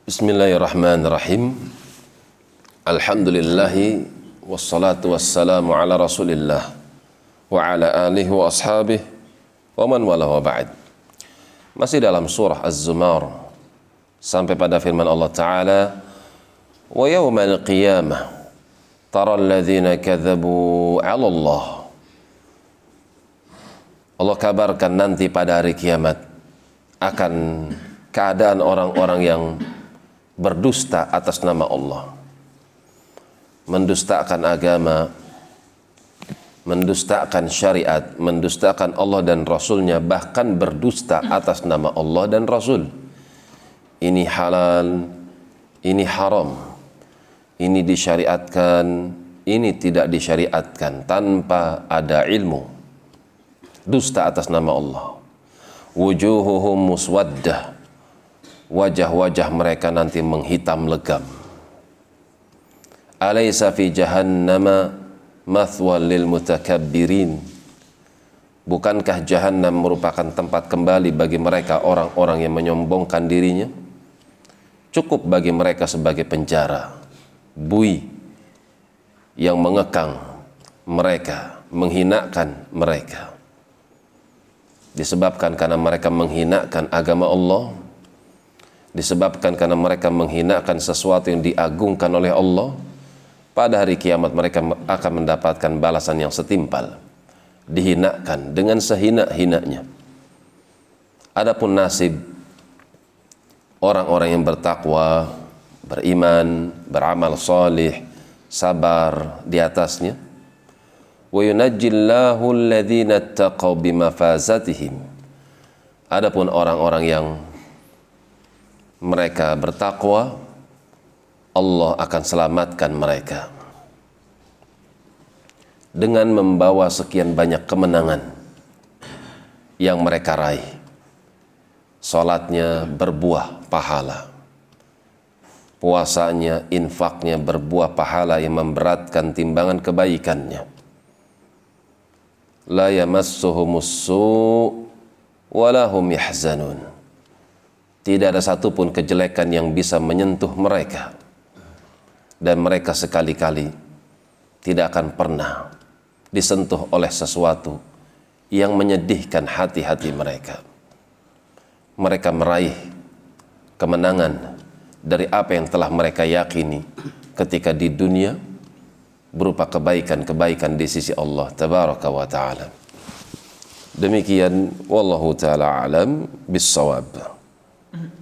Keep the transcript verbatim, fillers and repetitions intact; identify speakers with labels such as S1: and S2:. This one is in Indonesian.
S1: Bismillahirrahmanirrahim. Alhamdulillahi wassalatu wassalamu ala Rasulillah wa ala alihi wa ashabihi wa man wala wa ba'd. Masih dalam surah Az-Zumar sampai pada firman Allah Ta'ala, wa yawmal qiyamah tara alladhina kadzabu 'ala Allah. Allah kabarkan nanti pada hari kiamat akan keadaan orang-orang yang berdusta atas nama Allah, mendustakan agama, mendustakan syariat, mendustakan Allah dan Rasulnya, bahkan berdusta atas nama Allah dan Rasul. Ini halal, ini haram, ini disyariatkan, ini tidak disyariatkan, tanpa ada ilmu. Dusta atas nama Allah. Wujuhuhum muswaddah, wajah-wajah mereka nanti menghitam legam. Alaysa fi jahannama mathwal lil mutakabbirin. Bukankah jahannam merupakan tempat kembali bagi mereka orang-orang yang menyombongkan dirinya? Cukup bagi mereka sebagai penjara, bui yang mengekang mereka, menghinakan mereka. Disebabkan karena mereka menghinakan agama Allah, disebabkan karena mereka menghinakan sesuatu yang diagungkan oleh Allah, pada hari kiamat mereka akan mendapatkan balasan yang setimpal, dihinakan dengan sehina-hinanya. Adapun nasib orang-orang yang bertakwa, beriman, beramal salih, sabar di atasnya, wa yunajjillahu alladhina ittaqaw bimafazatihim. Adapun orang-orang yang mereka bertakwa, Allah akan selamatkan mereka dengan membawa sekian banyak kemenangan yang mereka raih. Salatnya berbuah pahala, puasanya, infaknya berbuah pahala yang memberatkan timbangan kebaikannya. La yamassuhumus su' wa lahum yahzanun. Tidak ada satupun kejelekan yang bisa menyentuh mereka, dan mereka sekali-kali tidak akan pernah disentuh oleh sesuatu yang menyedihkan hati-hati mereka. Mereka meraih kemenangan dari apa yang telah mereka yakini ketika di dunia, berupa kebaikan-kebaikan di sisi Allah Tabaraka wa Ta'ala. Demikian, wallahu ta'ala alam bis-shawab.